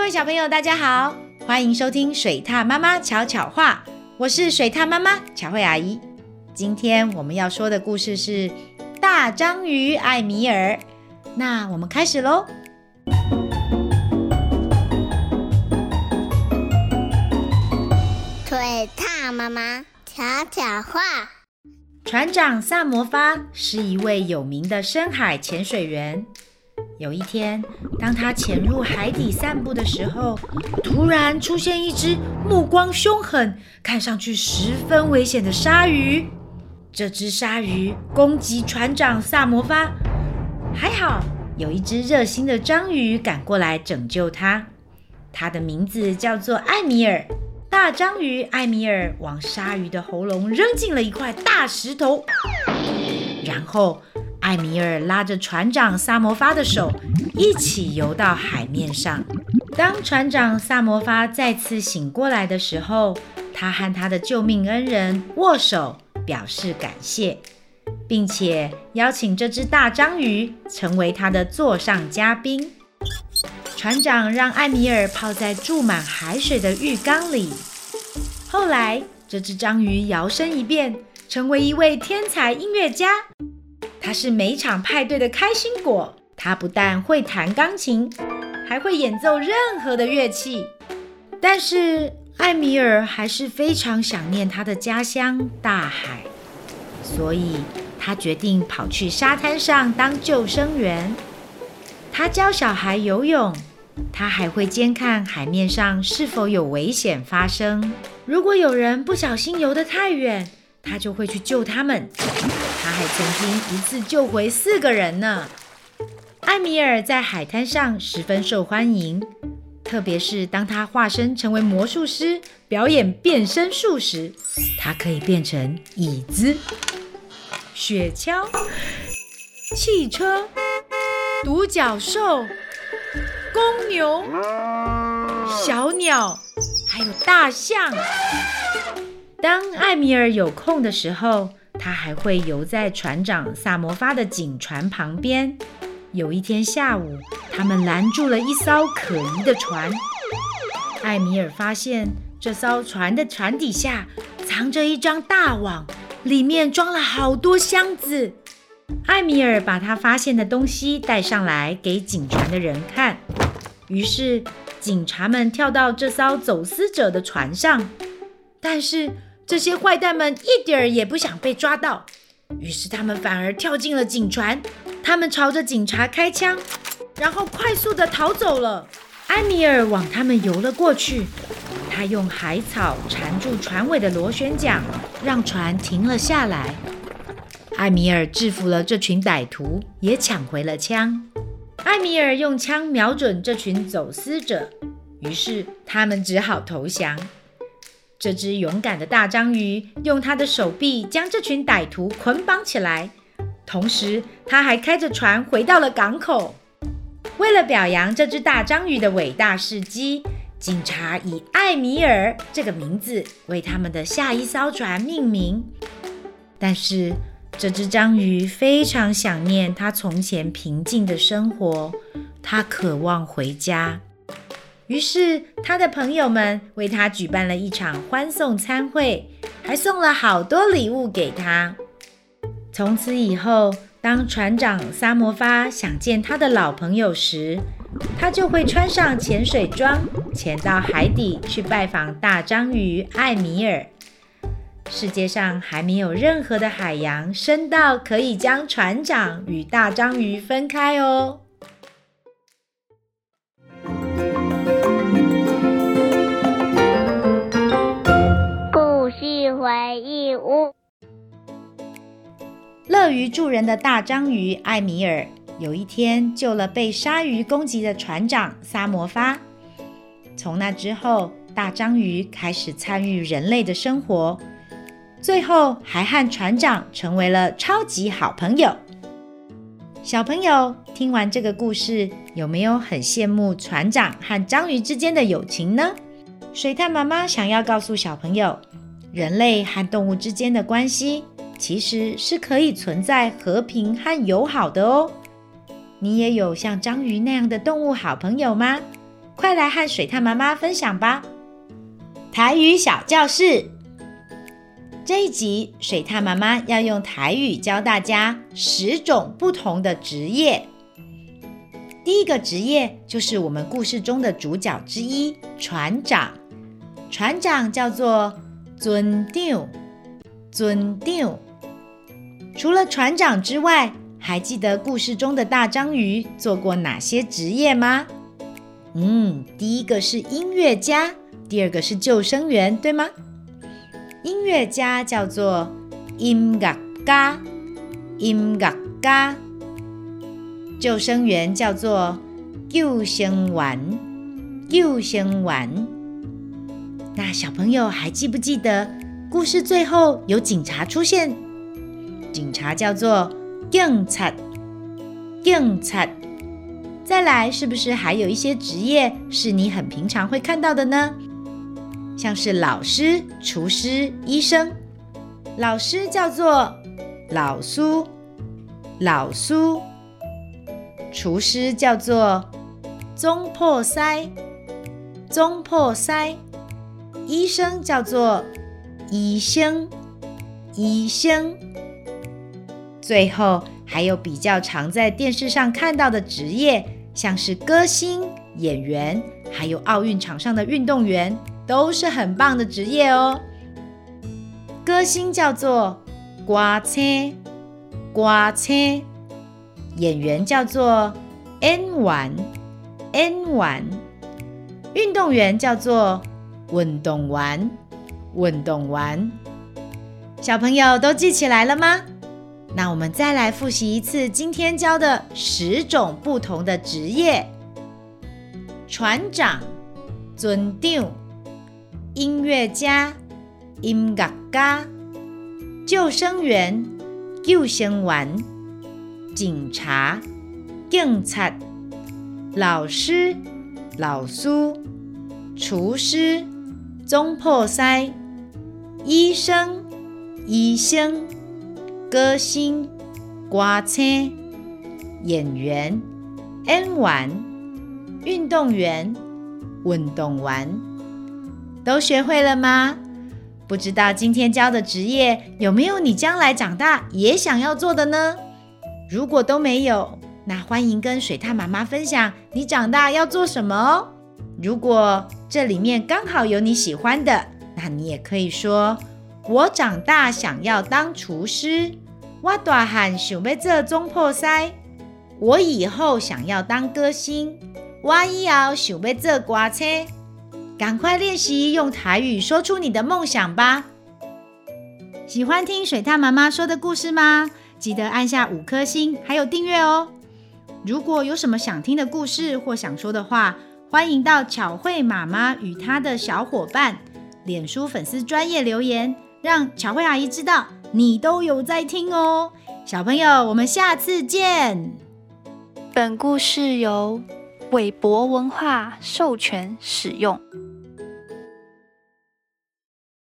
位小朋友大家好，欢迎收听水獭妈妈巧巧话，我是水獭妈妈巧慧阿姨。今天我们要说的故事是大章鱼艾米尔，那我们开始咯。 水獭妈妈巧巧话。 船长萨摩发是一位有名的深海潜水员。有一天，当他潜入海底散步的时候，突然出现一只目光凶狠、看上去十分危险的鲨鱼。这只鲨鱼攻击船长萨摩发，还好有一只热心的章鱼赶过来拯救他。他的名字叫做艾米尔。大章鱼艾米尔往鲨鱼的喉咙扔进了一块大石头，然后艾米尔拉着船长萨摩发的手，一起游到海面上。当船长萨摩发再次醒过来的时候，他和他的救命恩人握手，表示感谢，并且邀请这只大章鱼成为他的座上嘉宾。船长让艾米尔泡在注满海水的浴缸里。后来，这只章鱼摇身一变，成为一位天才音乐家。他是每场派对的开心果。他不但会弹钢琴，还会演奏任何的乐器。但是，艾米尔还是非常想念他的家乡大海，所以他决定跑去沙滩上当救生员。他教小孩游泳，他还会监看海面上是否有危险发生。如果有人不小心游得太远，他就会去救他们。他还曾经一次救回4个人呢。艾米尔在海滩上十分受欢迎，特别是当他化身成为魔术师，表演变身术时，他可以变成椅子、雪橇、汽车、独角兽、公牛、小鸟，还有大象。当艾米尔有空的时候，他还会游在船长萨摩发的警船旁边。有一天下午，他们拦住了一艘可疑的船。艾米尔发现这艘船的船底下藏着一张大网，里面装了好多箱子。艾米尔把他发现的东西带上来给警船的人看，于是警察们跳到这艘走私者的船上，但是这些坏蛋们一点儿也不想被抓到，于是他们反而跳进了警船，他们朝着警察开枪，然后快速地逃走了。艾米尔往他们游了过去，他用海草缠住船尾的螺旋桨，让船停了下来。艾米尔制服了这群歹徒，也抢回了枪。艾米尔用枪瞄准这群走私者，于是他们只好投降。这只勇敢的大章鱼用他的手臂将这群歹徒捆绑起来，同时他还开着船回到了港口。为了表扬这只大章鱼的伟大事迹，警察以艾米尔这个名字为他们的下一艘船命名。但是这只章鱼非常想念他从前平静的生活，他渴望回家。于是他的朋友们为他举办了一场欢送餐会，还送了好多礼物给他。从此以后，当船长萨摩发想见他的老朋友时，他就会穿上潜水装，潜到海底去拜访大章鱼艾米尔。世界上还没有任何的海洋深到可以将船长与大章鱼分开哦。 故事回忆屋。 乐于助人的大章鱼艾米尔有一天救了被鲨鱼攻击的船长萨摩发。从那之后，大章鱼开始参与人类的生活，最后还和船长成为了超级好朋友。小朋友，听完这个故事，有没有很羡慕船长和章鱼之间的友情呢？水獭妈妈想要告诉小朋友，人类和动物之间的关系其实是可以存在和平和友好的哦。你也有像章鱼那样的动物好朋友吗？ 快来和水獭妈妈分享吧。台语小教室，这一集水獭妈妈要用台语教大家10种不同的职业。第一个职业就是我们故事中的主角之一，船长。船长叫做船长，船长。除了船长之外，还记得故事中的大章鱼做过哪些职业吗？第一个是音乐家，第二个是救生员，对吗？音乐家叫做音乐家，音乐家。救生员叫做救生员，救生员。那小朋友还记不记得故事最后有警察出现？警察叫做警察，警察。再来，是不是还有一些职业是你很平常会看到的呢？像是老师、厨师、医生。老师叫做老师，老师。厨师叫做总破师，总破师。医生叫做医生，医生。最后还有比较常在电视上看到的职业，像是歌星、演员，还有奥运场上的运动员，都是很棒的职业哦。歌星叫做歌星，歌星。演员叫做演员，演员。运动员叫做运动员，运动员。小朋友都记起来了吗？那我们再来复习一次今天教的10种不同的职业：船长、船长、音乐家、音乐家、救生员、救生员、警察、警察、老师、老师、厨师、总破师、医生、医生、歌星、歌星、演员、演员、运动员、运动员。都学会了吗？不知道今天教的职业有没有你将来长大也想要做的呢？如果都没有，那欢迎跟水獭妈妈分享你长大要做什么哦。如果这里面刚好有你喜欢的，那你也可以说：我长大想要当厨师，我大汉想要做总破师，我以后想要当歌星，我以后想要做歌星。赶快练习用台语说出你的梦想吧。喜欢听水獭妈妈说的故事吗？记得按下5颗星还有订阅哦。如果有什么想听的故事或想说的话，欢迎到巧慧妈妈与她的小伙伴脸书粉丝专页留言，让巧慧阿姨知道你都有在听哦。小朋友，我们下次见。 本故事由韦博文化授权使用。